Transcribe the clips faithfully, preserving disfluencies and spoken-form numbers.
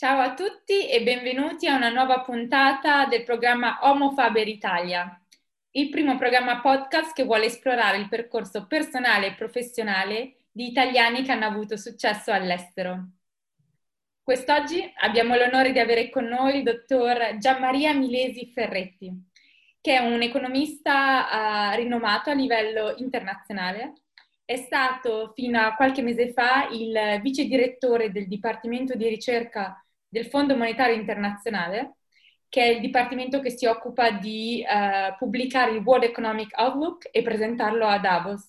Ciao a tutti e benvenuti a una nuova puntata del programma Homo Faber Italia, il primo programma podcast che vuole esplorare il percorso personale e professionale di italiani che hanno avuto successo all'estero. Quest'oggi abbiamo l'onore di avere con noi il dottor Gianmaria Milesi Ferretti, che è un economista uh, rinomato a livello internazionale. È stato fino a qualche mese fa il vice direttore del Dipartimento di Ricerca del Fondo Monetario Internazionale, che è il dipartimento che si occupa di uh, pubblicare il World Economic Outlook e presentarlo a Davos.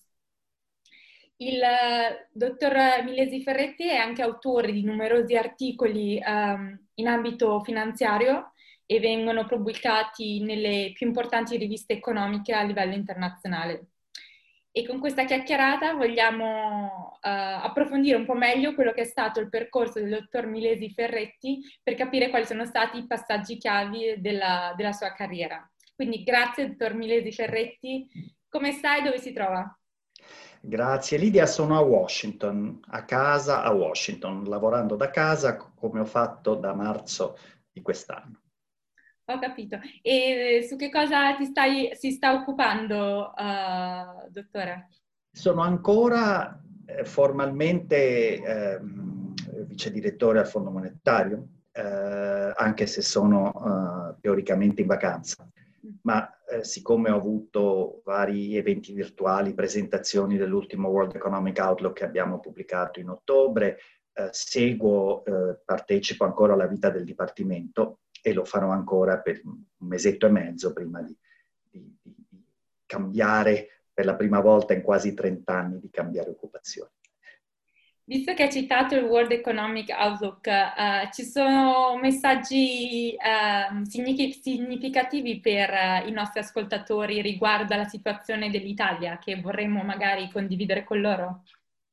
Il uh, dottor Milesi Ferretti è anche autore di numerosi articoli um, in ambito finanziario e vengono pubblicati nelle più importanti riviste economiche a livello internazionale. E con questa chiacchierata vogliamo uh, approfondire un po' meglio quello che è stato il percorso del dottor Milesi Ferretti per capire quali sono stati i passaggi chiavi della, della sua carriera. Quindi grazie, dottor Milesi Ferretti. Come stai? Dove si trova? Grazie Lidia, sono a Washington, a casa a Washington, lavorando da casa come ho fatto da marzo di quest'anno. Ho capito. E su che cosa ti stai, si sta occupando, uh, dottore? Sono ancora eh, formalmente eh, vice direttore al Fondo Monetario, eh, anche se sono eh, teoricamente in vacanza. Ma eh, siccome ho avuto vari eventi virtuali, presentazioni dell'ultimo World Economic Outlook che abbiamo pubblicato in ottobre, eh, seguo, eh, partecipo ancora alla vita del Dipartimento e lo farò ancora per un mesetto e mezzo prima di, di, di cambiare per la prima volta in quasi trenta anni, di cambiare occupazione. Visto che hai citato il World Economic Outlook, uh, ci sono messaggi uh, significativi per uh, i nostri ascoltatori riguardo alla situazione dell'Italia che vorremmo magari condividere con loro?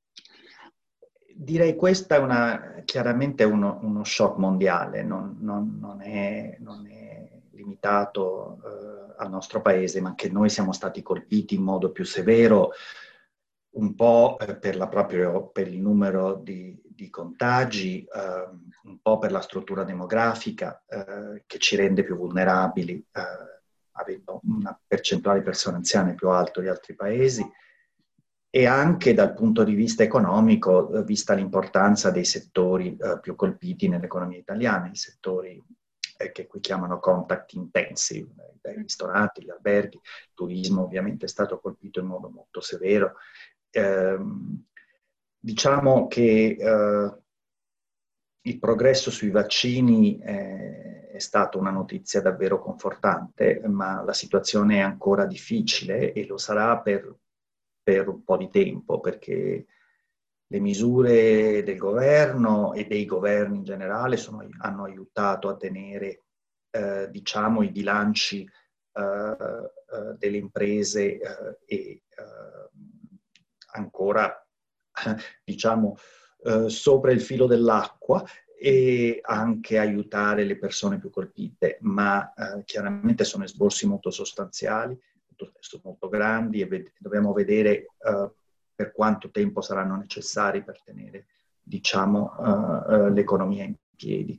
Direi questa è una, chiaramente uno, uno shock mondiale, non, non, non, è, non è limitato uh, al nostro paese, ma che noi siamo stati colpiti in modo più severo, un po' per, la proprio, per il numero di, di contagi, eh, un po' per la struttura demografica eh, che ci rende più vulnerabili, eh, avendo una percentuale di persone anziane più alta di altri paesi, e anche dal punto di vista economico, eh, vista l'importanza dei settori eh, più colpiti nell'economia italiana, i settori eh, che qui chiamano contact intensive, dai ristoranti, gli alberghi, il turismo ovviamente è stato colpito in modo molto severo. Eh, diciamo che eh, il progresso sui vaccini eh, è stata una notizia davvero confortante, ma la situazione è ancora difficile e lo sarà per, per un po' di tempo, perché le misure del governo e dei governi in generale sono, hanno aiutato a tenere eh, diciamo, i bilanci eh, eh, delle imprese eh, e ancora, diciamo, eh, sopra il filo dell'acqua e anche aiutare le persone più colpite, ma eh, chiaramente sono esborsi molto sostanziali, molto, molto grandi e ved- dobbiamo vedere eh, per quanto tempo saranno necessari per tenere, diciamo, uh, uh, l'economia in piedi.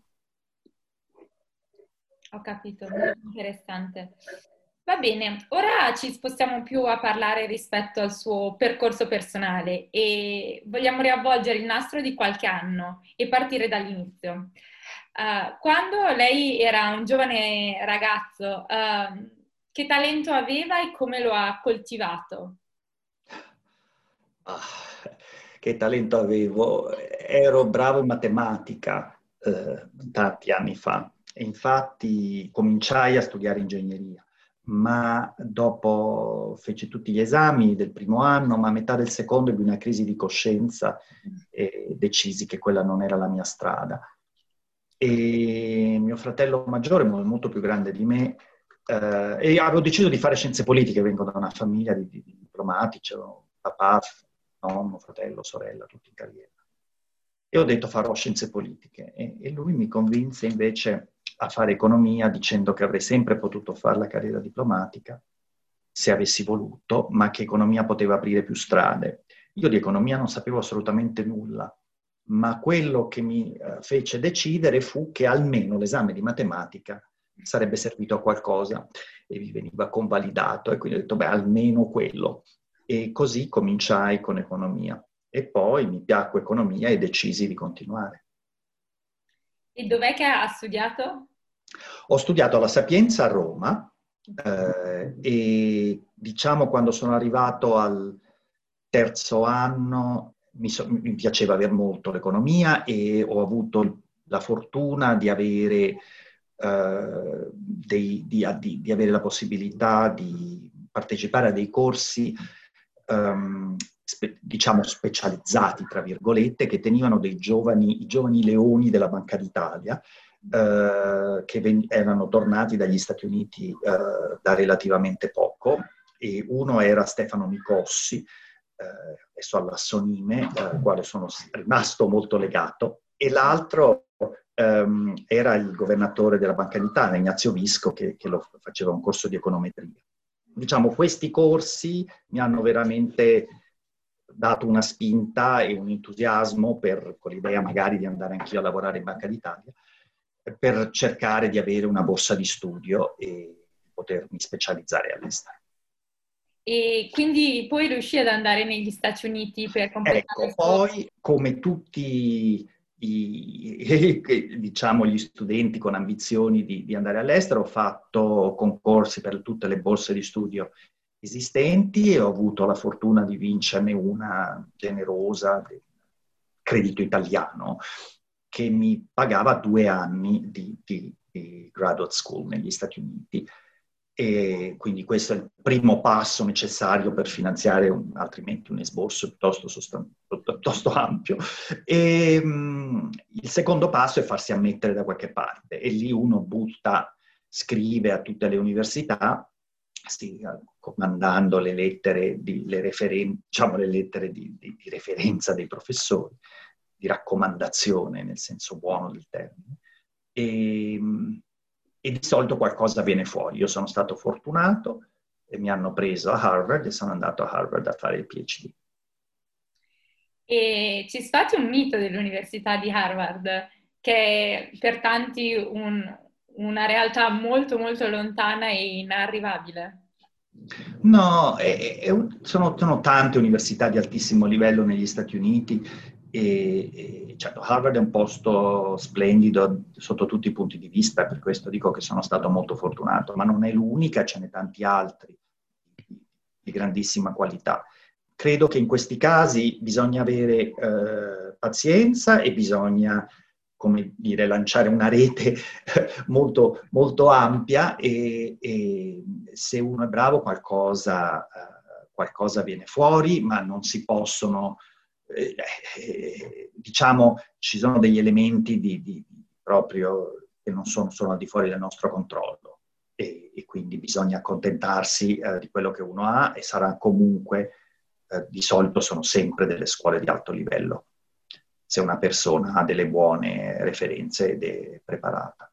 Ho capito, molto interessante. Va bene, ora ci spostiamo più a parlare rispetto al suo percorso personale e vogliamo riavvolgere il nastro di qualche anno e partire dall'inizio. Uh, quando lei era un giovane ragazzo, uh, che talento aveva e come lo ha coltivato? Ah, che talento avevo! Ero bravo in matematica eh, tanti anni fa. E infatti cominciai a studiare ingegneria, ma dopo feci tutti gli esami del primo anno, ma a metà del secondo ebbi una crisi di coscienza e decisi che quella non era la mia strada. E mio fratello maggiore, molto più grande di me, eh, e avevo deciso di fare scienze politiche, vengo da una famiglia di, di diplomatici, papà, nonno, fratello, sorella, tutti in carriera. E ho detto farò scienze politiche. E, e lui mi convinse invece a fare economia dicendo che avrei sempre potuto fare la carriera diplomatica se avessi voluto, ma che economia poteva aprire più strade. Io di economia non sapevo assolutamente nulla ma quello che mi eh, fece decidere fu che almeno l'esame di matematica sarebbe servito a qualcosa e mi veniva convalidato, e quindi ho detto, beh, almeno quello. E così cominciai con economia. E poi mi piacque economia e decisi di continuare. E dov'è che ha studiato? Ho studiato alla Sapienza a Roma eh, e diciamo quando sono arrivato al terzo anno mi, so, mi piaceva aver molto l'economia e ho avuto la fortuna di avere, eh, dei, di, di, di avere la possibilità di partecipare a dei corsi um, spe, diciamo specializzati, tra virgolette, che tenivano dei giovani, i giovani leoni della Banca d'Italia, eh, che ven- erano tornati dagli Stati Uniti eh, da relativamente poco, e uno era Stefano Micossi, eh, adesso all'Assonime, al quale sono rimasto molto legato, e l'altro ehm, era il governatore della Banca d'Italia, Ignazio Visco, che, che lo faceva un corso di econometria. Diciamo, questi corsi mi hanno veramente dato una spinta e un entusiasmo per, con l'idea magari di andare anch'io a lavorare in Banca d'Italia, per cercare di avere una borsa di studio e potermi specializzare all'estero. E quindi poi riuscì ad andare negli Stati Uniti per completare il Ecco, suo... poi come tutti i, diciamo, gli studenti con ambizioni di, di andare all'estero, ho fatto concorsi per tutte le borse di studio esistenti e ho avuto la fortuna di vincerne una generosa, del Credito Italiano, che mi pagava due anni di, di, di graduate school negli Stati Uniti. E quindi questo è il primo passo necessario per finanziare un, altrimenti un esborso piuttosto, sostan- piuttosto ampio. E, um, il secondo passo è farsi ammettere da qualche parte, e lì uno butta, scrive a tutte le università, sì, mandando le lettere, di, le referen- diciamo le lettere di, di, di referenza dei professori, di raccomandazione nel senso buono del termine. E, e di solito qualcosa viene fuori. Io sono stato fortunato e mi hanno preso a Harvard e sono andato a Harvard a fare il PhD. E ci sfati un mito dell'Università di Harvard, che è per tanti un, una realtà molto molto lontana e inarrivabile. No, è, è un, sono, sono tante università di altissimo livello negli Stati Uniti e, e certo, Harvard è un posto splendido sotto tutti i punti di vista, per questo dico che sono stato molto fortunato, ma non è l'unica, ce n'è tanti altri di, di grandissima qualità. Credo che in questi casi bisogna avere eh, pazienza e bisogna, come dire, lanciare una rete molto, molto ampia e, e se uno è bravo qualcosa, eh, qualcosa viene fuori, ma non si possono, eh, eh, diciamo, ci sono degli elementi di, di, proprio che non sono, sono al di fuori del nostro controllo e, e quindi bisogna accontentarsi eh, di quello che uno ha e sarà comunque, eh, di solito sono sempre delle scuole di alto livello, se una persona ha delle buone referenze ed è preparata.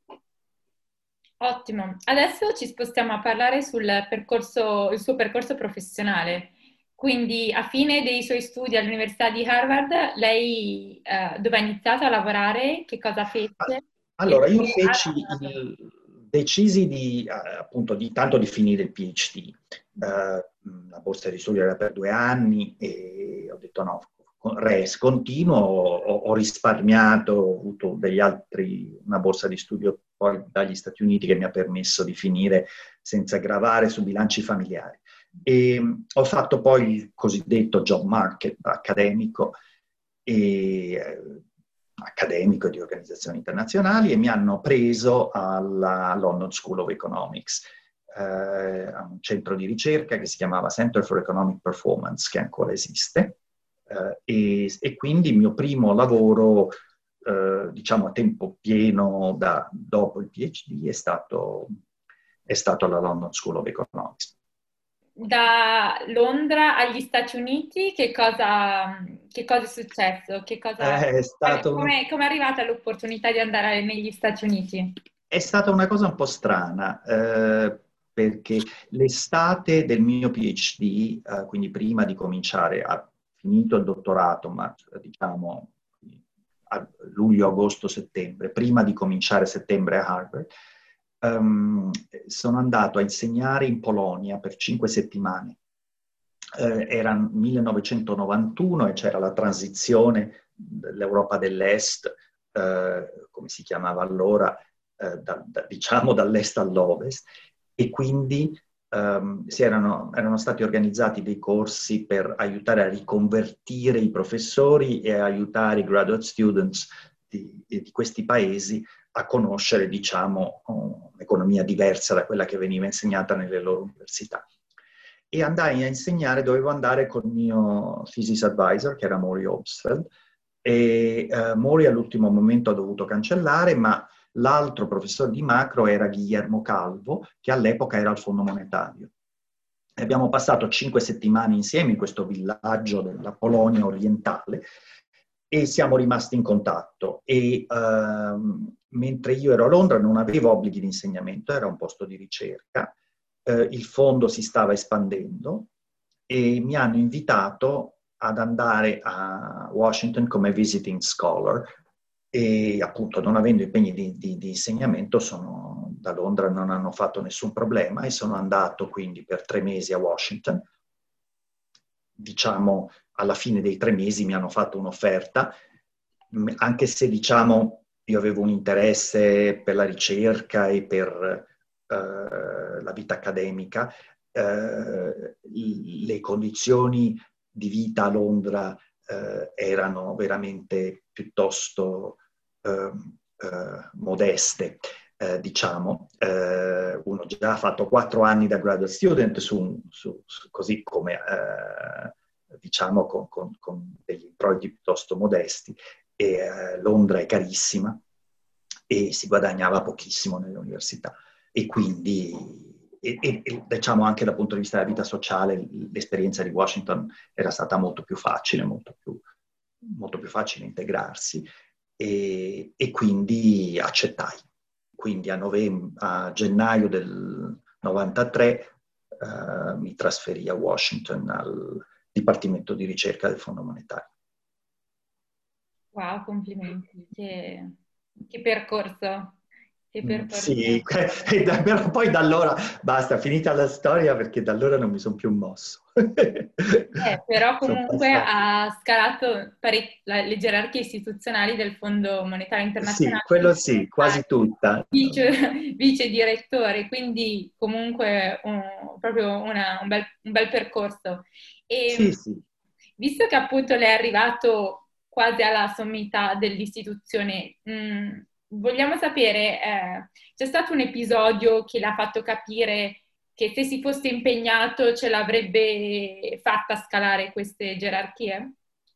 Ottimo. Adesso ci spostiamo a parlare sul percorso, il suo percorso professionale. Quindi, a fine dei suoi studi all'Università di Harvard, lei eh, dove ha iniziato a lavorare? Che cosa fece? E Allora, io dove ha feci lavorato? il, decisi di, eh, appunto, di tanto di finire il PhD. Eh, la borsa di studio era per due anni e ho detto no, res, continuo, ho, ho risparmiato, ho avuto degli altri, una borsa di studio poi dagli Stati Uniti che mi ha permesso di finire senza gravare su bilanci familiari. E ho fatto poi il cosiddetto job market accademico, e, eh, accademico di organizzazioni internazionali, e mi hanno preso alla London School of Economics, eh, a un centro di ricerca che si chiamava Center for Economic Performance, che ancora esiste, eh, e, e quindi il mio primo lavoro, eh, diciamo a tempo pieno da, dopo il PhD è stato, è stato alla London School of Economics. Da Londra agli Stati Uniti, che cosa, che cosa è successo? Che cosa, È stato uno come, come è arrivata l'opportunità di andare negli Stati Uniti? È stata una cosa un po' strana, eh, perché l'estate del mio PhD, eh, quindi prima di cominciare, ha finito il dottorato, ma diciamo a luglio, agosto, settembre, prima di cominciare settembre a Harvard, um, sono andato a insegnare in Polonia per cinque settimane. Eh, era millenovecentonovantuno e c'era la transizione dell'Europa dell'Est, eh, come si chiamava allora, eh, da, da, diciamo dall'Est all'Ovest, e quindi um, si erano, erano stati organizzati dei corsi per aiutare a riconvertire i professori e aiutare i graduate students di, di questi paesi a conoscere, diciamo, un'economia diversa da quella che veniva insegnata nelle loro università. E andai a insegnare, dovevo andare col mio thesis advisor, che era Maury Obstfeld, e uh, Maury all'ultimo momento ha dovuto cancellare, ma l'altro professore di macro era Guillermo Calvo, che all'epoca era al Fondo Monetario. E abbiamo passato cinque settimane insieme in questo villaggio della Polonia orientale e siamo rimasti in contatto. E uh, mentre io ero a Londra non avevo obblighi di insegnamento, era un posto di ricerca. Uh, il fondo si stava espandendo e mi hanno invitato ad andare a Washington come visiting scholar e appunto non avendo impegni di, di, di insegnamento sono, da Londra non hanno fatto nessun problema e sono andato quindi per tre mesi a Washington. Diciamo alla fine dei tre mesi mi hanno fatto un'offerta, anche se diciamo io avevo un interesse per la ricerca e per Uh, la vita accademica, uh, le condizioni di vita a Londra uh, erano veramente piuttosto uh, modeste, diciamo. Uno già ha fatto quattro anni da graduate student, su, su, su, così come diciamo con, con, con degli introiti piuttosto modesti, e Londra è carissima e si guadagnava pochissimo nelle università. E quindi, e, e, diciamo anche dal punto di vista della vita sociale, l'esperienza di Washington era stata molto più facile, molto più, molto più facile integrarsi. E, e quindi accettai. Quindi a, novembre, a gennaio del novantatré eh, mi trasferì a Washington al Dipartimento di Ricerca del Fondo Monetario. Wow, complimenti. Che, che percorso. Sì, e da, però poi da allora basta, finita la storia perché da allora non mi sono più mosso. Eh, però comunque ha scalato parec- la, le gerarchie istituzionali del Fondo Monetario Internazionale. Sì, quello sì, quasi tutta. Vice, vice direttore, quindi comunque um, proprio una, un, bel, un bel percorso. E, sì, sì. Visto che appunto lei è arrivato quasi alla sommità dell'istituzione, mh, vogliamo sapere, eh, c'è stato un episodio che l'ha fatto capire che se si fosse impegnato ce l'avrebbe fatta scalare queste gerarchie?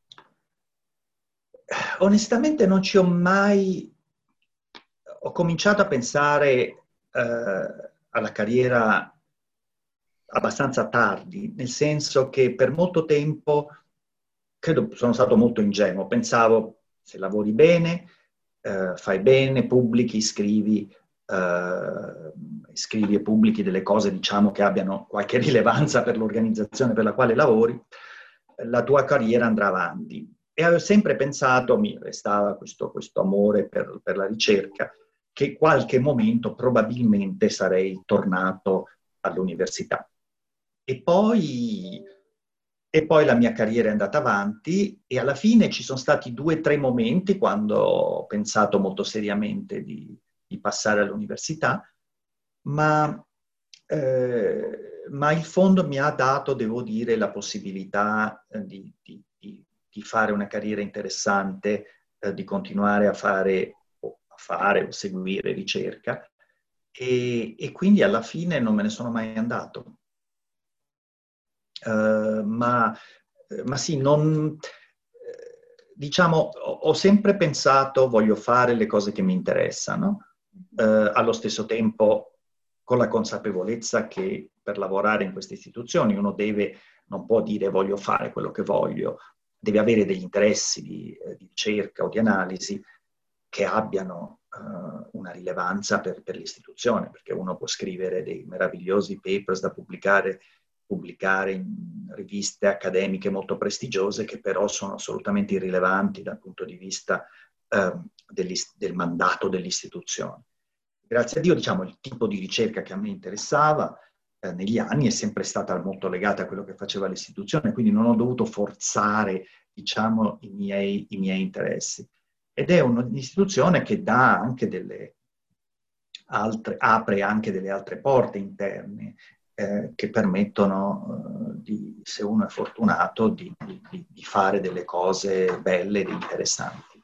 Onestamente non ci ho mai... Ho cominciato a pensare eh, alla carriera abbastanza tardi, nel senso che per molto tempo, credo sono stato molto ingenuo, pensavo se lavori bene, eh, fai bene, pubblichi, scrivi, eh, scrivi e pubblichi delle cose diciamo che abbiano qualche rilevanza per l'organizzazione per la quale lavori, la tua carriera andrà avanti. E avevo sempre pensato, mi restava questo, questo amore per, per la ricerca, che qualche momento probabilmente sarei tornato all'università. E poi, e poi la mia carriera è andata avanti e alla fine ci sono stati due o tre momenti quando ho pensato molto seriamente di, di passare all'università, ma, eh, ma il fondo mi ha dato, devo dire, la possibilità di, di, di, di fare una carriera interessante, eh, di continuare a fare, o a fare o seguire ricerca e, e quindi alla fine non me ne sono mai andato. Uh, ma, ma sì, non, diciamo, ho, ho sempre pensato voglio fare le cose che mi interessano, uh, allo stesso tempo con la consapevolezza che per lavorare in queste istituzioni uno deve, non può dire voglio fare quello che voglio, deve avere degli interessi di, di ricerca o di analisi che abbiano uh, una rilevanza per, per l'istituzione, perché uno può scrivere dei meravigliosi papers da pubblicare pubblicare in riviste accademiche molto prestigiose che però sono assolutamente irrilevanti dal punto di vista eh, del mandato dell'istituzione. Grazie a Dio, diciamo, il tipo di ricerca che a me interessava eh, negli anni è sempre stata molto legata a quello che faceva l'istituzione, quindi non ho dovuto forzare, diciamo, i miei, i miei interessi. Ed è un'istituzione che dà anche delle altre, apre anche delle altre porte interne eh, che permettono, eh, di, se uno è fortunato, di, di, di fare delle cose belle ed interessanti.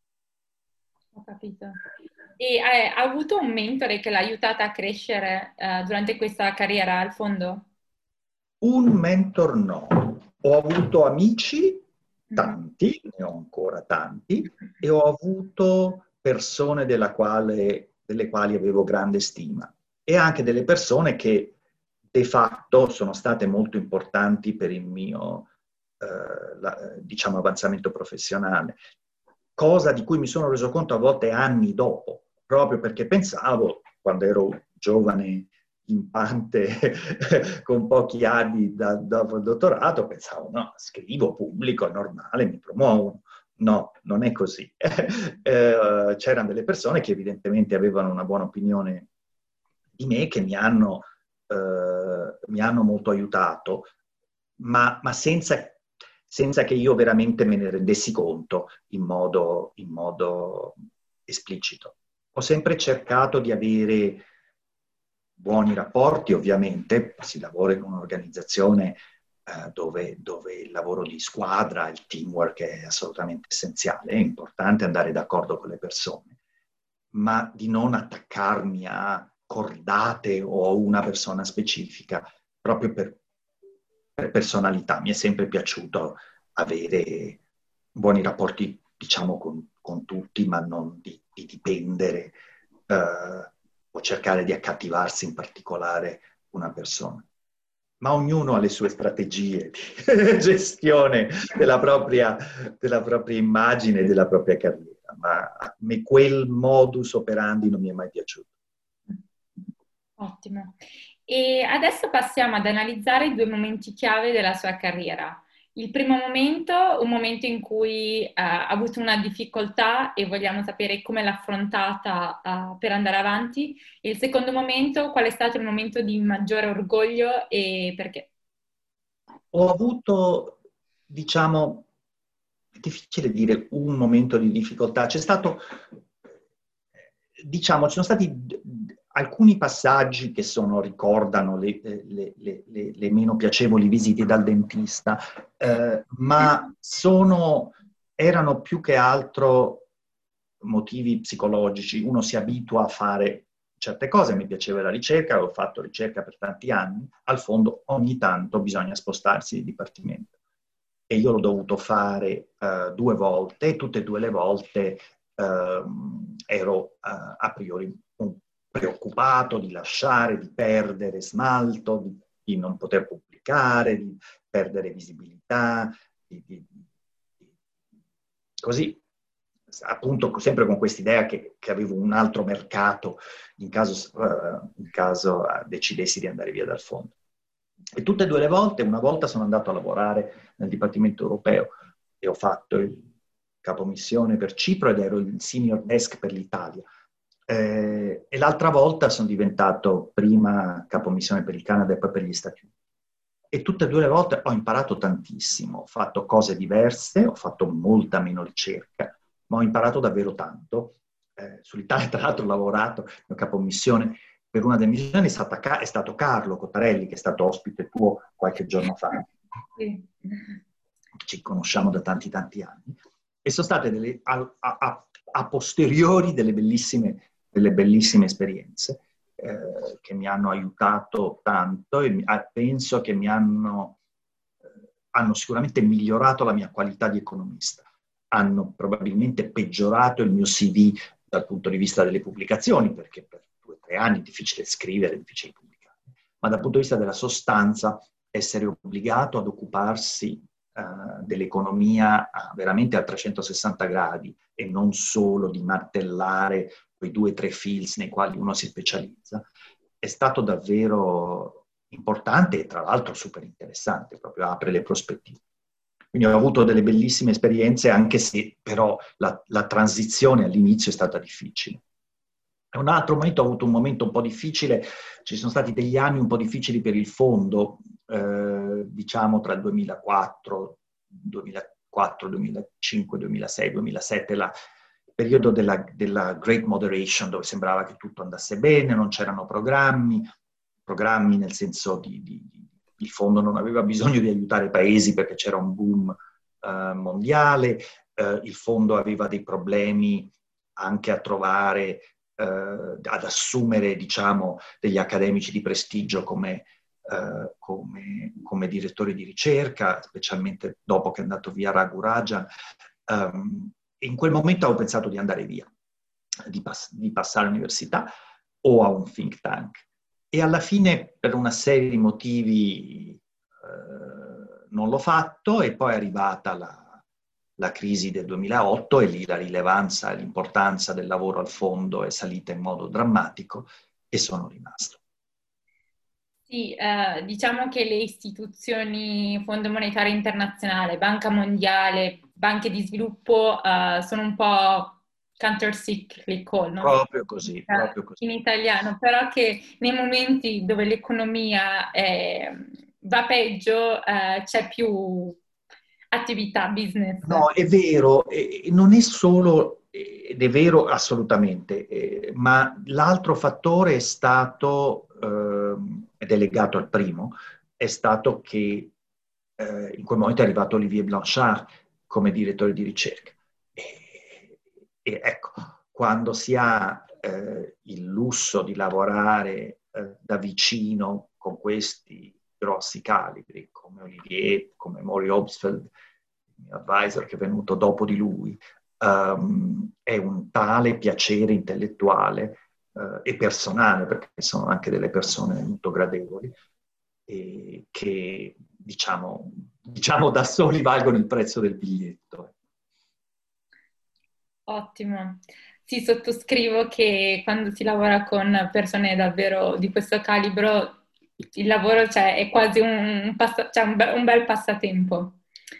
Ho capito. E hai, ha avuto un mentore che l'ha aiutata a crescere eh, durante questa carriera al fondo? Un mentor no. Ho avuto amici, Mm-hmm. tanti, ne ho ancora tanti, e ho avuto persone della quale, delle quali avevo grande stima. E anche delle persone che de facto sono state molto importanti per il mio, eh, la, diciamo, avanzamento professionale. Cosa di cui mi sono reso conto a volte anni dopo, proprio perché pensavo, quando ero giovane, impante, con pochi anni da, dopo il dottorato, pensavo, no, scrivo, pubblico, è normale, mi promuovono. No, non è così. eh, c'erano delle persone che evidentemente avevano una buona opinione di me, che mi hanno, eh, mi hanno molto aiutato, ma, ma senza, senza che io veramente me ne rendessi conto in modo, in modo esplicito. Ho sempre cercato di avere buoni rapporti, ovviamente, si lavora in un'organizzazione eh, dove, dove il lavoro di squadra, il teamwork è assolutamente essenziale, è importante andare d'accordo con le persone, ma di non attaccarmi a cordate o a una persona specifica, proprio per, per personalità. Mi è sempre piaciuto avere buoni rapporti, diciamo, con, con tutti, ma non di, di dipendere eh, o cercare di accattivarsi in particolare una persona. Ma ognuno ha le sue strategie di gestione della propria, della propria immagine e della propria carriera, ma a me quel modus operandi non mi è mai piaciuto. Ottimo. E adesso passiamo ad analizzare i due momenti chiave della sua carriera. Il primo momento, un momento in cui uh, ha avuto una difficoltà e vogliamo sapere come l'ha affrontata uh, per andare avanti. E il secondo momento, qual è stato il momento di maggiore orgoglio e perché? Ho avuto, diciamo, è difficile dire un momento di difficoltà. C'è stato, diciamo, ci sono stati alcuni passaggi che sono, ricordano le, le, le, le, le meno piacevoli visite dal dentista, eh, ma sono, erano più che altro motivi psicologici. Uno si abitua a fare certe cose, mi piaceva la ricerca, avevo fatto ricerca per tanti anni, al fondo ogni tanto bisogna spostarsi di dipartimento. E io l'ho dovuto fare uh, due volte, e tutte e due le volte uh, ero uh, a priori un preoccupato di lasciare, di perdere smalto, di, di non poter pubblicare, di perdere visibilità, di, di, di, così, appunto, sempre con quest'idea che, che avevo un altro mercato in caso, uh, in caso uh, decidessi di andare via dal fondo. E tutte e due le volte, una volta sono andato a lavorare nel Dipartimento Europeo e ho fatto il capomissione per Cipro ed ero il senior desk per l'Italia. Eh, e l'altra volta sono diventato prima capomissione per il Canada e poi per gli Stati Uniti. E tutte e due le volte ho imparato tantissimo, ho fatto cose diverse, ho fatto molta meno ricerca, ma ho imparato davvero tanto. Eh, sull'Italia, tra l'altro, ho lavorato in capomissione per una delle missioni, è, stata, è stato Carlo Cottarelli, che è stato ospite tuo qualche giorno fa. Sì. Ci conosciamo da tanti tanti anni. E sono state delle, a, a, a posteriori delle bellissime, delle bellissime esperienze eh, che mi hanno aiutato tanto e mi, penso che mi hanno, eh, hanno sicuramente migliorato la mia qualità di economista. Hanno probabilmente peggiorato il mio C V dal punto di vista delle pubblicazioni, perché per due o tre anni è difficile scrivere, è difficile pubblicare. Ma dal punto di vista della sostanza, essere obbligato ad occuparsi uh, dell'economia uh, veramente a trecentosessanta gradi e non solo di martellare quei due o tre fields nei quali uno si specializza, è stato davvero importante e tra l'altro super interessante, proprio apre le prospettive. Quindi ho avuto delle bellissime esperienze, anche se però la, la transizione all'inizio è stata difficile. Un altro momento, ho avuto un momento un po' difficile, ci sono stati degli anni un po' difficili per il fondo, eh, diciamo tra il duemilaquattro, duemilaquattro, duemilacinque, duemilasei, duemilasette, la, il periodo della, della Great Moderation, dove sembrava che tutto andasse bene, non c'erano programmi, programmi nel senso di, di, di il fondo non aveva bisogno di aiutare i paesi perché c'era un boom eh, mondiale, eh, il fondo aveva dei problemi anche a trovare, eh, ad assumere, diciamo, degli accademici di prestigio come, eh, come, come direttori di ricerca, specialmente dopo che è andato via Raghu Rajan. Um, in quel momento avevo pensato di andare via, di, pass- di passare all'università o a un think tank. E alla fine, per una serie di motivi, eh, non l'ho fatto, e poi è arrivata la, la crisi del duemilaotto, e lì la rilevanza e l'importanza del lavoro al fondo è salita in modo drammatico, e sono rimasto. Sì, eh, diciamo che le istituzioni, Fondo Monetario Internazionale, Banca Mondiale, banche di sviluppo, eh, sono un po' countercyclical, non so Proprio così, proprio così. in italiano, però che nei momenti dove l'economia è- va peggio, eh, c'è più attività, business. No, è vero, e non è solo, ed è vero assolutamente, eh, ma l'altro fattore è stato, ehm, ed è legato al primo, è stato che eh, in quel momento è arrivato Olivier Blanchard come direttore di ricerca. E, e ecco, quando si ha eh, il lusso di lavorare eh, da vicino con questi grossi calibri, come Olivier, come Maury Obstfeld, il mio advisor che è venuto dopo di lui, um, è un tale piacere intellettuale uh, e personale, perché sono anche delle persone molto gradevoli, e che diciamo, diciamo da soli valgono il prezzo del biglietto. Ottimo. Sì, sottoscrivo che quando si lavora con persone davvero di questo calibro, il lavoro, cioè, è quasi un, un, passa- cioè, un, be- un bel passatempo.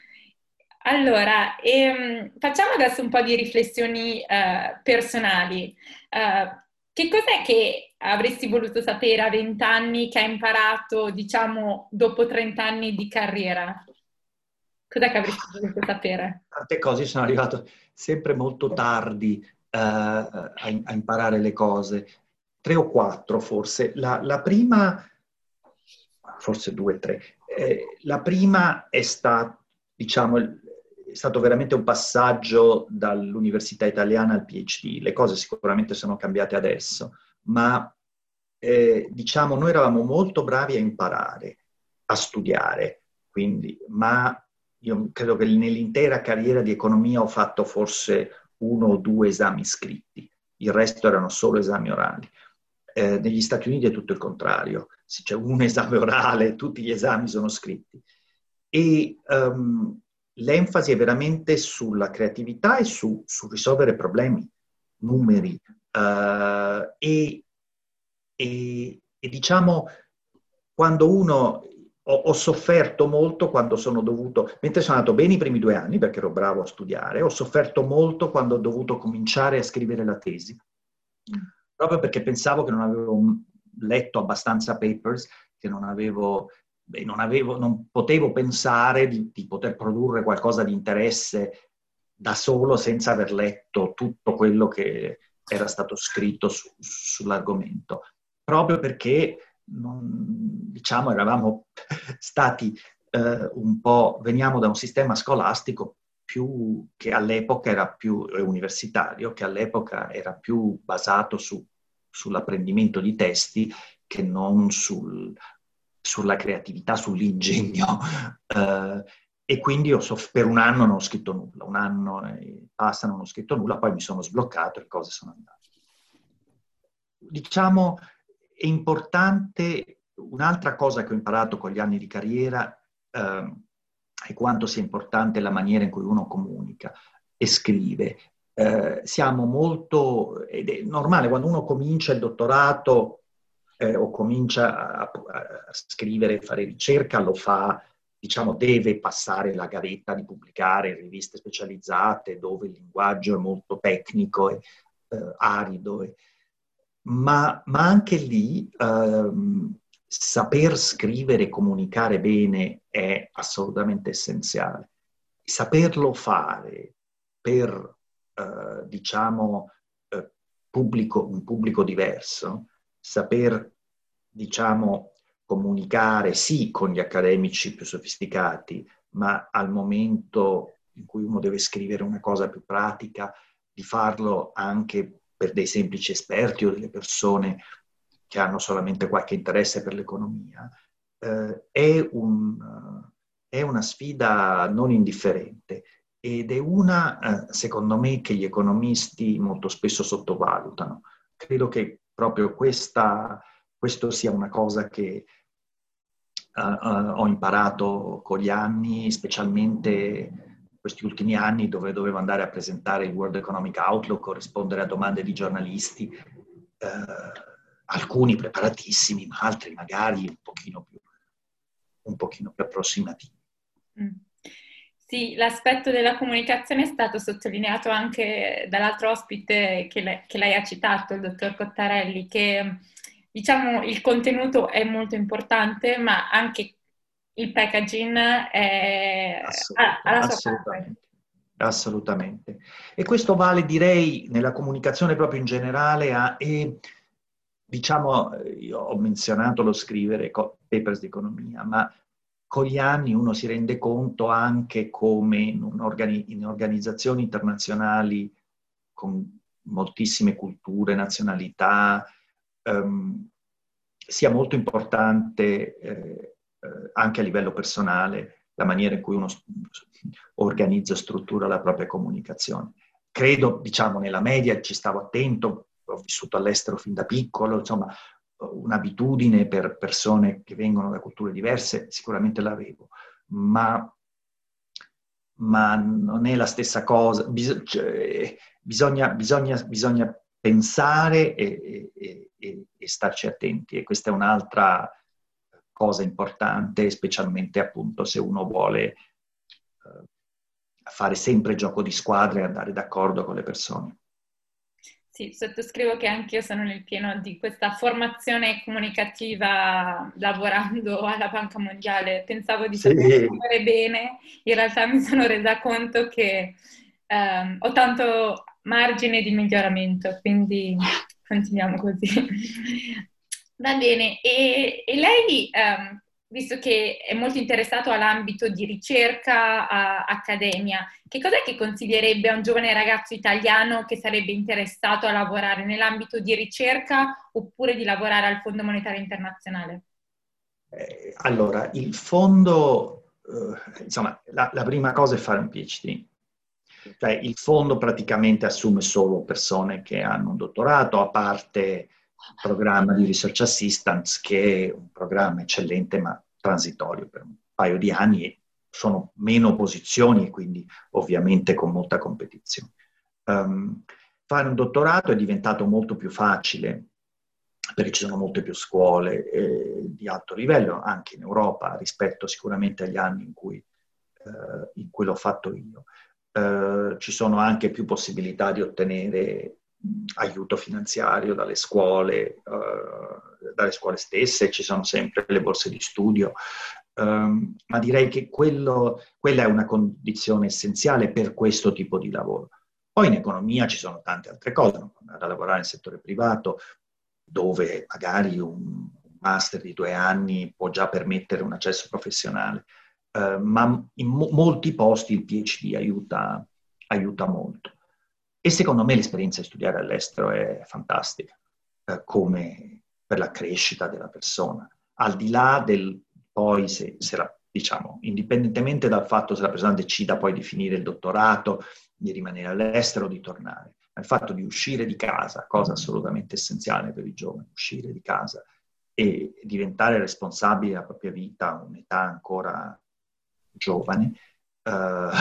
Allora, ehm, facciamo adesso un po' di riflessioni eh, personali. Eh, che cos'è che avresti voluto sapere a venti anni che hai imparato, diciamo, dopo trenta anni di carriera? Cos'è che avresti voluto sapere? Tante cose, sono arrivato sempre molto tardi eh, a, a imparare le cose, tre o quattro forse. La, la prima, forse due o tre, eh, la prima è, sta, diciamo, è stato veramente un passaggio dall'università italiana al PhD. Le cose sicuramente sono cambiate adesso, ma eh, diciamo noi eravamo molto bravi a imparare, a studiare, quindi, ma io credo che nell'intera carriera di economia ho fatto forse uno o due esami scritti, il resto erano solo esami orali. Eh, negli Stati Uniti è tutto il contrario, c'è un esame orale, tutti gli esami sono scritti. E um, l'enfasi è veramente sulla creatività e su, su risolvere problemi, numeri, uh, e, e, e diciamo quando uno ho, ho sofferto molto quando sono dovuto, mentre sono andato bene i primi due anni perché ero bravo a studiare, ho sofferto molto quando ho dovuto cominciare a scrivere la tesi, proprio perché pensavo che non avevo letto abbastanza papers, che non avevo, beh, non, avevo, non potevo pensare di, di poter produrre qualcosa di interesse da solo senza aver letto tutto quello che era stato scritto su, sull'argomento, proprio perché non, diciamo, eravamo stati eh, un po', veniamo da un sistema scolastico più, che all'epoca era più eh, universitario, che all'epoca era più basato su, sull'apprendimento di testi che non sul, sulla creatività, sull'ingegno. Eh, e quindi io so, per un anno non ho scritto nulla, un anno e passa non ho scritto nulla, poi mi sono sbloccato e le cose sono andate. Diciamo, è importante, un'altra cosa che ho imparato con gli anni di carriera eh, è quanto sia importante la maniera in cui uno comunica e scrive. Eh, siamo molto, ed è normale, quando uno comincia il dottorato eh, o comincia a, a scrivere, fare ricerca, lo fa diciamo, deve passare la gavetta di pubblicare in riviste specializzate dove il linguaggio è molto tecnico e eh, arido. E, ma, ma anche lì ehm, saper scrivere e comunicare bene è assolutamente essenziale. Saperlo fare per, eh, diciamo, eh, pubblico, un pubblico diverso, saper, diciamo, comunicare sì con gli accademici più sofisticati, ma al momento in cui uno deve scrivere una cosa più pratica, di farlo anche per dei semplici esperti o delle persone che hanno solamente qualche interesse per l'economia, eh, è, un, è una sfida non indifferente ed è una, eh, secondo me, che gli economisti molto spesso sottovalutano. Credo che proprio questa, questo sia una cosa che uh, uh, ho imparato con gli anni, specialmente questi ultimi anni dove dovevo andare a presentare il World Economic Outlook o rispondere a domande di giornalisti, eh, alcuni preparatissimi, ma altri magari un pochino più, un pochino più approssimativi. Mm. Sì, l'aspetto della comunicazione è stato sottolineato anche dall'altro ospite che lei, che lei ha citato, il dottor Cottarelli, che diciamo il contenuto è molto importante, ma anche il packaging è, ha, ha la sua parte. Assolutamente. E questo vale, direi, nella comunicazione proprio in generale. A, e, diciamo, io ho menzionato lo scrivere papers di economia, ma con gli anni uno si rende conto anche come in, organi- in organizzazioni internazionali con moltissime culture, nazionalità, ehm, sia molto importante eh, eh, anche a livello personale la maniera in cui uno organizza e struttura la propria comunicazione. Credo, diciamo, nella media ci stavo attento, ho vissuto all'estero fin da piccolo, insomma, un'abitudine per persone che vengono da culture diverse sicuramente l'avevo, ma, ma non è la stessa cosa. Bis- cioè, bisogna, bisogna, bisogna pensare e, e, e, e starci attenti, e questa è un'altra cosa importante, specialmente appunto se uno vuole eh, fare sempre gioco di squadra e andare d'accordo con le persone. Sì, sottoscrivo che anch'io sono nel pieno di questa formazione comunicativa lavorando alla Banca Mondiale. Pensavo di Sì. sapere bene, in realtà mi sono resa conto che ehm, ho tanto margine di miglioramento, quindi continuiamo così. Va bene, e, e lei, ehm, visto che è molto interessato all'ambito di ricerca, a, accademia, che cos'è che consiglierebbe a un giovane ragazzo italiano che sarebbe interessato a lavorare nell'ambito di ricerca oppure di lavorare al Fondo Monetario Internazionale? Eh, allora, il fondo, eh, insomma, la, la prima cosa è fare un PhD. Cioè, il fondo praticamente assume solo persone che hanno un dottorato, a parte il programma di Research Assistance, che è un programma eccellente ma transitorio per un paio di anni, e sono meno posizioni e quindi ovviamente con molta competizione. Um, fare un dottorato è diventato molto più facile perché ci sono molte più scuole eh, di alto livello anche in Europa rispetto sicuramente agli anni in cui, eh, in cui l'ho fatto io. Uh, ci sono anche più possibilità di ottenere mh, aiuto finanziario dalle scuole, uh, dalle scuole stesse, ci sono sempre le borse di studio, um, ma direi che quello, quella è una condizione essenziale per questo tipo di lavoro. Poi in economia ci sono tante altre cose, no? Andare a lavorare nel settore privato, dove magari un master di due anni può già permettere un accesso professionale. Uh, ma in mo- molti posti il PhD aiuta, aiuta molto. E secondo me l'esperienza di studiare all'estero è fantastica, uh, come per la crescita della persona. Al di là del poi, se, se la, diciamo, indipendentemente dal fatto se la persona decida poi di finire il dottorato, di rimanere all'estero o di tornare, ma il fatto di uscire di casa, cosa assolutamente essenziale per i giovani, uscire di casa e diventare responsabili della propria vita a un'età ancora giovane, eh,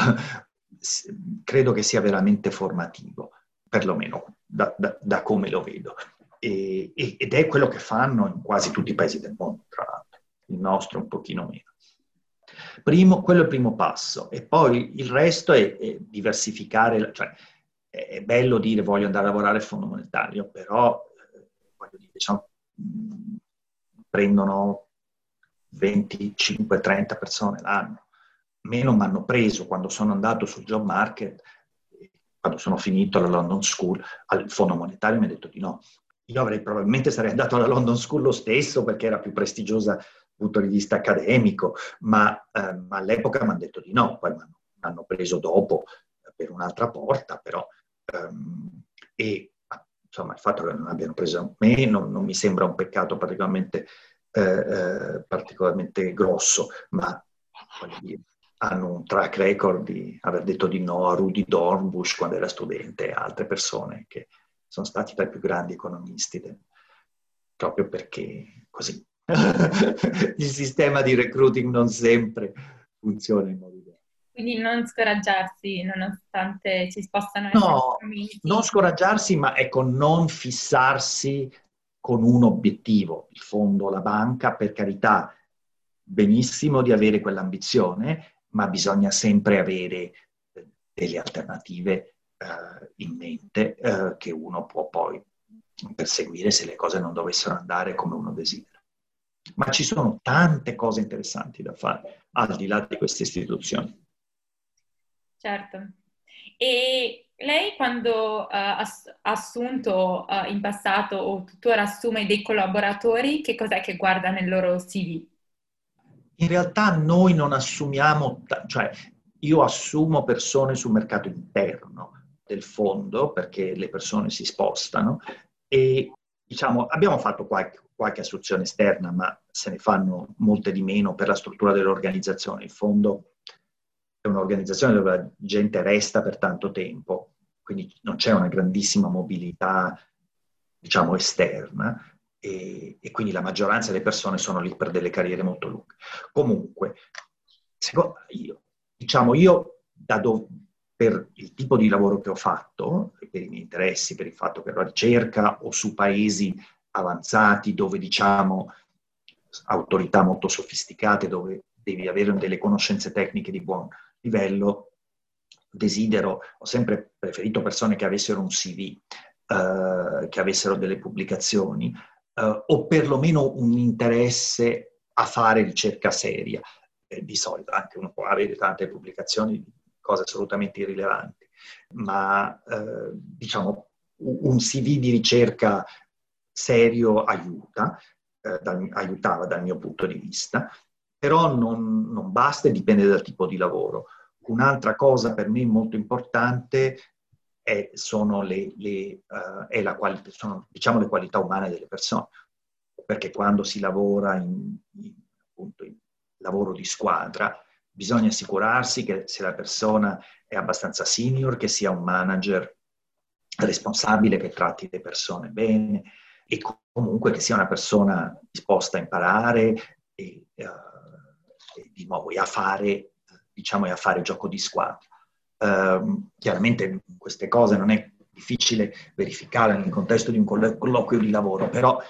credo che sia veramente formativo, perlomeno da, da, da come lo vedo. E, e, ed è quello che fanno in quasi tutti i paesi del mondo, tra l'altro, il nostro un pochino meno. Primo, quello è il primo passo, e poi il resto è, è diversificare, cioè è bello dire voglio andare a lavorare al Fondo Monetario, però eh, voglio dire, diciamo, mh, prendono venticinque trenta persone l'anno. Me non mi hanno preso quando sono andato sul job market, quando sono finito alla London School, al Fondo Monetario mi ha detto di no. Io avrei probabilmente sarei andato alla London School lo stesso perché era più prestigiosa dal punto di vista accademico, ma, eh, ma all'epoca mi hanno detto di no, poi mi hanno preso dopo per un'altra porta, però um, e insomma il fatto che non abbiano preso me non, non mi sembra un peccato particolarmente, eh, eh, particolarmente grosso, ma voglio dire, hanno un track record di aver detto di no a Rudy Dornbush quando era studente e altre persone che sono stati tra i più grandi economisti, del, proprio perché così il sistema di recruiting non sempre funziona in modo ideale. Quindi non scoraggiarsi, nonostante ci possano essere No, limiti. non scoraggiarsi, ma ecco, non fissarsi con un obiettivo. Il fondo, la banca, per carità, benissimo di avere quell'ambizione, ma bisogna sempre avere delle alternative eh, in mente eh, che uno può poi perseguire se le cose non dovessero andare come uno desidera. Ma ci sono tante cose interessanti da fare al di là di queste istituzioni. Certo. E lei quando ha uh, assunto uh, in passato o tuttora assume dei collaboratori, che cos'è che guarda nel loro C V? In realtà noi non assumiamo, cioè io assumo persone sul mercato interno del fondo perché le persone si spostano e diciamo abbiamo fatto qualche, qualche assunzione esterna, ma se ne fanno molte di meno per la struttura dell'organizzazione. Il fondo è un'organizzazione dove la gente resta per tanto tempo, quindi non c'è una grandissima mobilità, diciamo, esterna. E, e quindi la maggioranza delle persone sono lì per delle carriere molto lunghe. Comunque, secondo io, diciamo, io da dove, per il tipo di lavoro che ho fatto, per i miei interessi, per il fatto che ero a ricerca o su paesi avanzati dove, diciamo, autorità molto sofisticate, dove devi avere delle conoscenze tecniche di buon livello, desidero, ho sempre preferito persone che avessero un C V, eh, che avessero delle pubblicazioni, Uh, o perlomeno un interesse a fare ricerca seria. Eh, di solito anche uno può avere tante pubblicazioni di cose assolutamente irrilevanti, ma uh, diciamo un C V di ricerca serio aiuta, eh, dal, aiutava dal mio punto di vista, però non, non basta e dipende dal tipo di lavoro. Un'altra cosa per me molto importante è, sono, le, le, uh, è la qualità, sono diciamo, le qualità umane delle persone, perché quando si lavora in, in, appunto, in lavoro di squadra bisogna assicurarsi che se la persona è abbastanza senior, che sia un manager responsabile, che tratti le persone bene e comunque che sia una persona disposta a imparare e, uh, e di nuovo e a fare, diciamo, e a fare gioco di squadra. Uh, chiaramente queste cose non è difficile verificare nel contesto di un colloquio di lavoro, però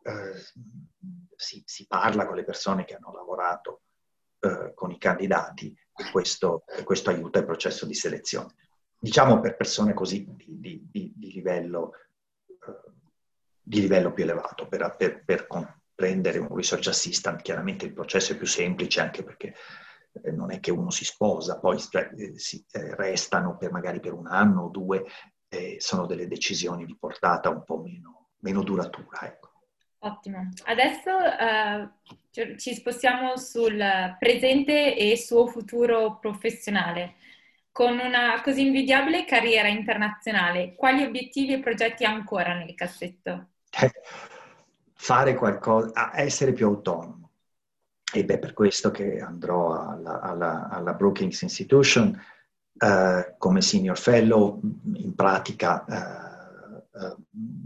uh, si, si parla con le persone che hanno lavorato uh, con i candidati e questo, e questo aiuta il processo di selezione. Diciamo per persone così di, di, di, livello, uh, di livello più elevato, per, per, per comprendere un research assistant, chiaramente il processo è più semplice anche perché non è che uno si sposa, poi eh, si, eh, restano per magari per un anno o due, eh, sono delle decisioni di portata un po' meno, meno duratura. Ecco. Ottimo. Adesso eh, ci spostiamo sul presente e suo futuro professionale. Con una così invidiabile carriera internazionale, quali obiettivi e progetti ha ancora nel cassetto? Eh, fare qualcosa, essere più autonomo. Ed è per questo che andrò alla, alla, alla Brookings Institution eh, come senior fellow. In pratica eh, eh,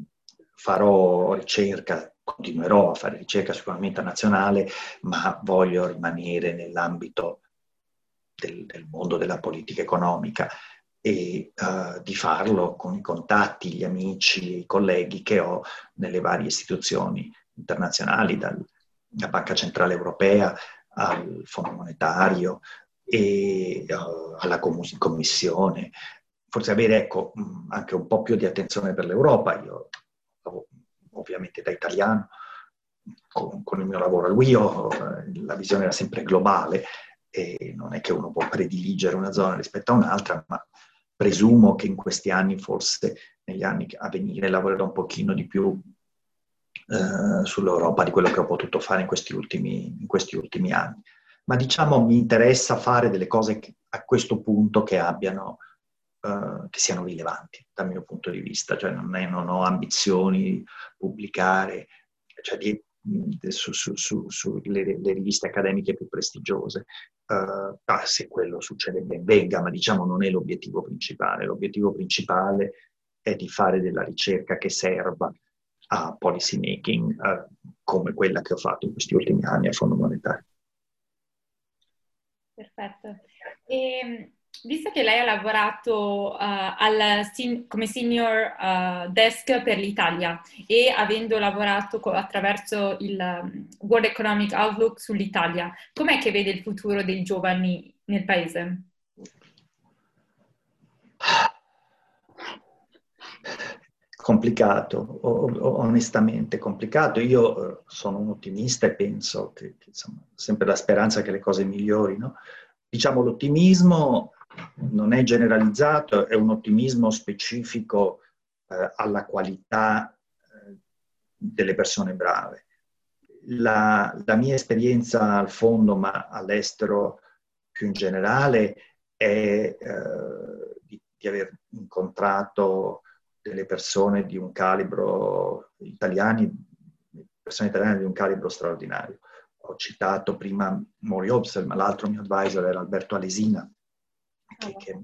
farò ricerca, continuerò a fare ricerca sicuramente nazionale, ma voglio rimanere nell'ambito del, del mondo della politica economica e uh, di farlo con i contatti, gli amici, i colleghi che ho nelle varie istituzioni internazionali, dalla Banca Centrale Europea al Fondo Monetario e uh, alla Commissione. Forse avere, ecco, anche un po' più di attenzione per l'Europa. Io, ovviamente da italiano, con, con il mio lavoro all'U I O, la visione era sempre globale e non è che uno può prediligere una zona rispetto a un'altra, ma presumo che in questi anni, forse negli anni a venire, lavorerò un pochino di più eh, sull'Europa di quello che ho potuto fare in questi ultimi, in questi ultimi anni. Ma diciamo mi interessa fare delle cose che, a questo punto che abbiano, eh, che siano rilevanti dal mio punto di vista, cioè non, è, non ho ambizioni di pubblicare, cioè di, su, su, su, su le, le riviste accademiche più prestigiose. Uh, ah, se quello succede ben venga, ma diciamo non è l'obiettivo principale. L'obiettivo principale è di fare della ricerca che serva a policy making, uh, come quella che ho fatto in questi ultimi anni al Fondo Monetario. Perfetto. E, visto che lei ha lavorato uh, al, come senior uh, desk per l'Italia e avendo lavorato co- attraverso il um, World Economic Outlook sull'Italia, com'è che vede il futuro dei giovani nel paese? Complicato, onestamente complicato. Io sono un ottimista e penso che, che insomma, sempre la speranza che le cose migliorino. Diciamo, l'ottimismo non è generalizzato, è un ottimismo specifico eh, alla qualità eh, delle persone brave. La, la mia esperienza al fondo, ma all'estero più in generale, è eh, di, di aver incontrato delle persone di un calibro italiani, persone italiane di un calibro straordinario. Ho citato prima Mori Obsel, ma l'altro mio advisor era Alberto Alesina, che, che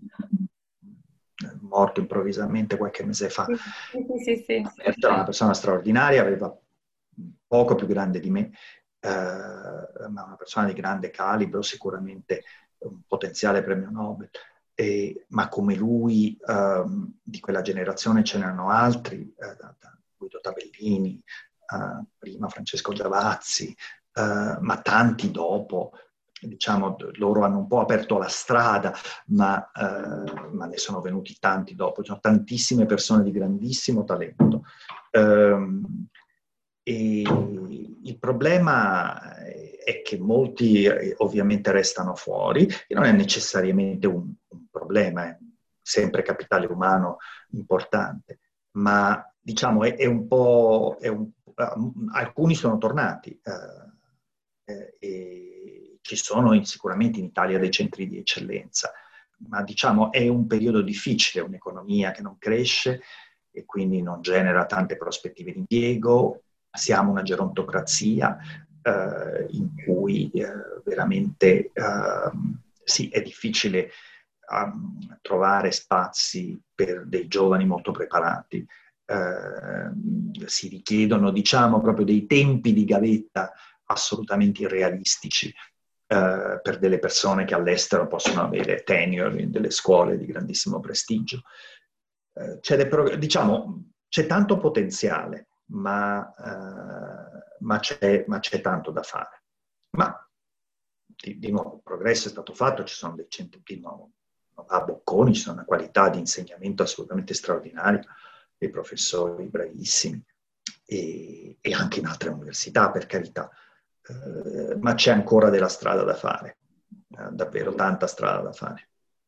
è morto improvvisamente qualche mese fa. Sì, sì, sì. Era una persona straordinaria, aveva poco più grande di me, eh, ma una persona di grande calibro, sicuramente un potenziale premio Nobel. E, ma come lui, um, di quella generazione ce n'erano altri, eh, da, da Guido Tabellini, uh, prima Francesco Giavazzi, uh, ma tanti dopo. Diciamo, loro hanno un po' aperto la strada, ma, uh, ma ne sono venuti tanti dopo. Ci sono tantissime persone di grandissimo talento. Um, e il problema è che molti ovviamente restano fuori, e non è necessariamente un, un problema, è sempre capitale umano importante, ma diciamo è, è un po'... È un, uh, alcuni sono tornati uh, eh, e ci sono in, sicuramente in Italia dei centri di eccellenza, ma diciamo è un periodo difficile, un'economia che non cresce e quindi non genera tante prospettive di impiego. Siamo una gerontocrazia eh, in cui eh, veramente eh, sì, è difficile um, trovare spazi per dei giovani molto preparati. Eh, si richiedono, diciamo, proprio dei tempi di gavetta assolutamente irrealistici eh, per delle persone che all'estero possono avere tenure in delle scuole di grandissimo prestigio. Eh, c'è, de, diciamo, c'è tanto potenziale, ma, eh, ma, c'è, ma c'è tanto da fare. Ma di, di nuovo, il progresso è stato fatto, ci sono dei centri di nuovo a Bocconi, ci sono una qualità di insegnamento assolutamente straordinaria, dei professori bravissimi, e, e anche in altre università, per carità. Eh, ma c'è ancora della strada da fare, eh, davvero tanta strada da fare.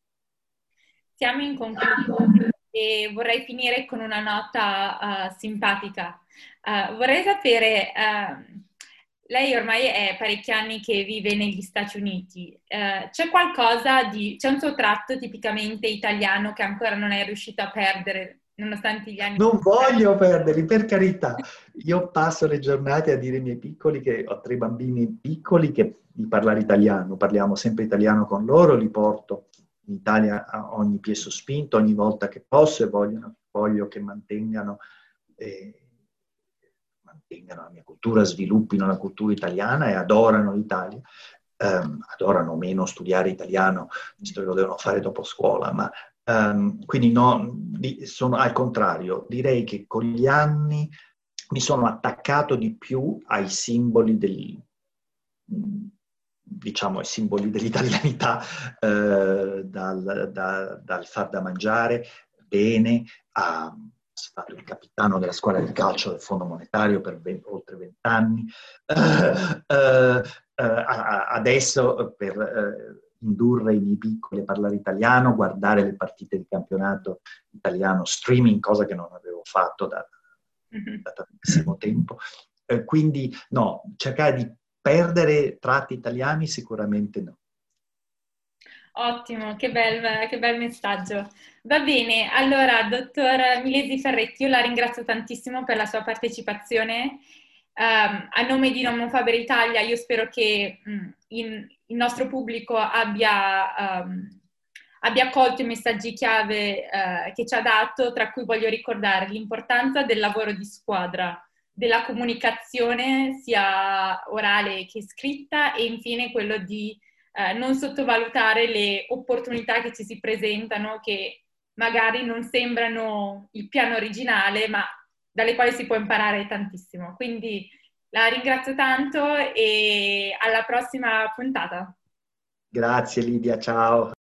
Siamo in conclusione e vorrei finire con una nota uh, simpatica. Uh, vorrei sapere, uh, lei ormai è parecchi anni che vive negli Stati Uniti, uh, c'è qualcosa di, c'è un suo tratto tipicamente italiano che ancora non è riuscito a perdere, nonostante gli anni? Non voglio perderli, per carità. Io passo le giornate a dire ai miei piccoli, che ho tre bambini piccoli, che di parlare italiano, parliamo sempre italiano con loro, li porto in Italia a ogni piè sospinto, ogni volta che posso, e vogliono, voglio che mantengano, eh, mantengano la mia cultura, sviluppino la cultura italiana e adorano l'Italia. Um, adorano meno studiare italiano, visto che lo devono fare dopo scuola, ma um, quindi no, di, sono al contrario, direi che con gli anni mi sono attaccato di più ai simboli del, diciamo, i simboli dell'italianità, eh, dal, da, dal far da mangiare bene a stato il capitano della squadra di calcio del Fondo Monetario per ben, oltre vent'anni. Uh, uh, uh, adesso per uh, indurre i miei piccoli a parlare italiano, guardare le partite di campionato italiano streaming, cosa che non avevo fatto da, da tantissimo tempo. Uh, quindi no, cercare di perdere tratti italiani sicuramente no. Ottimo, che bel, che bel messaggio. Va bene, allora, dottor Milesi Ferretti, io la ringrazio tantissimo per la sua partecipazione. Um, a nome di Non Faber Italia, io spero che um, in, il nostro pubblico abbia, um, abbia colto i messaggi chiave uh, che ci ha dato, tra cui voglio ricordare l'importanza del lavoro di squadra, della comunicazione sia orale che scritta, e infine quello di Eh, non sottovalutare le opportunità che ci si presentano, che magari non sembrano il piano originale, ma dalle quali si può imparare tantissimo. Quindi la ringrazio tanto e alla prossima puntata. Grazie Lidia, ciao.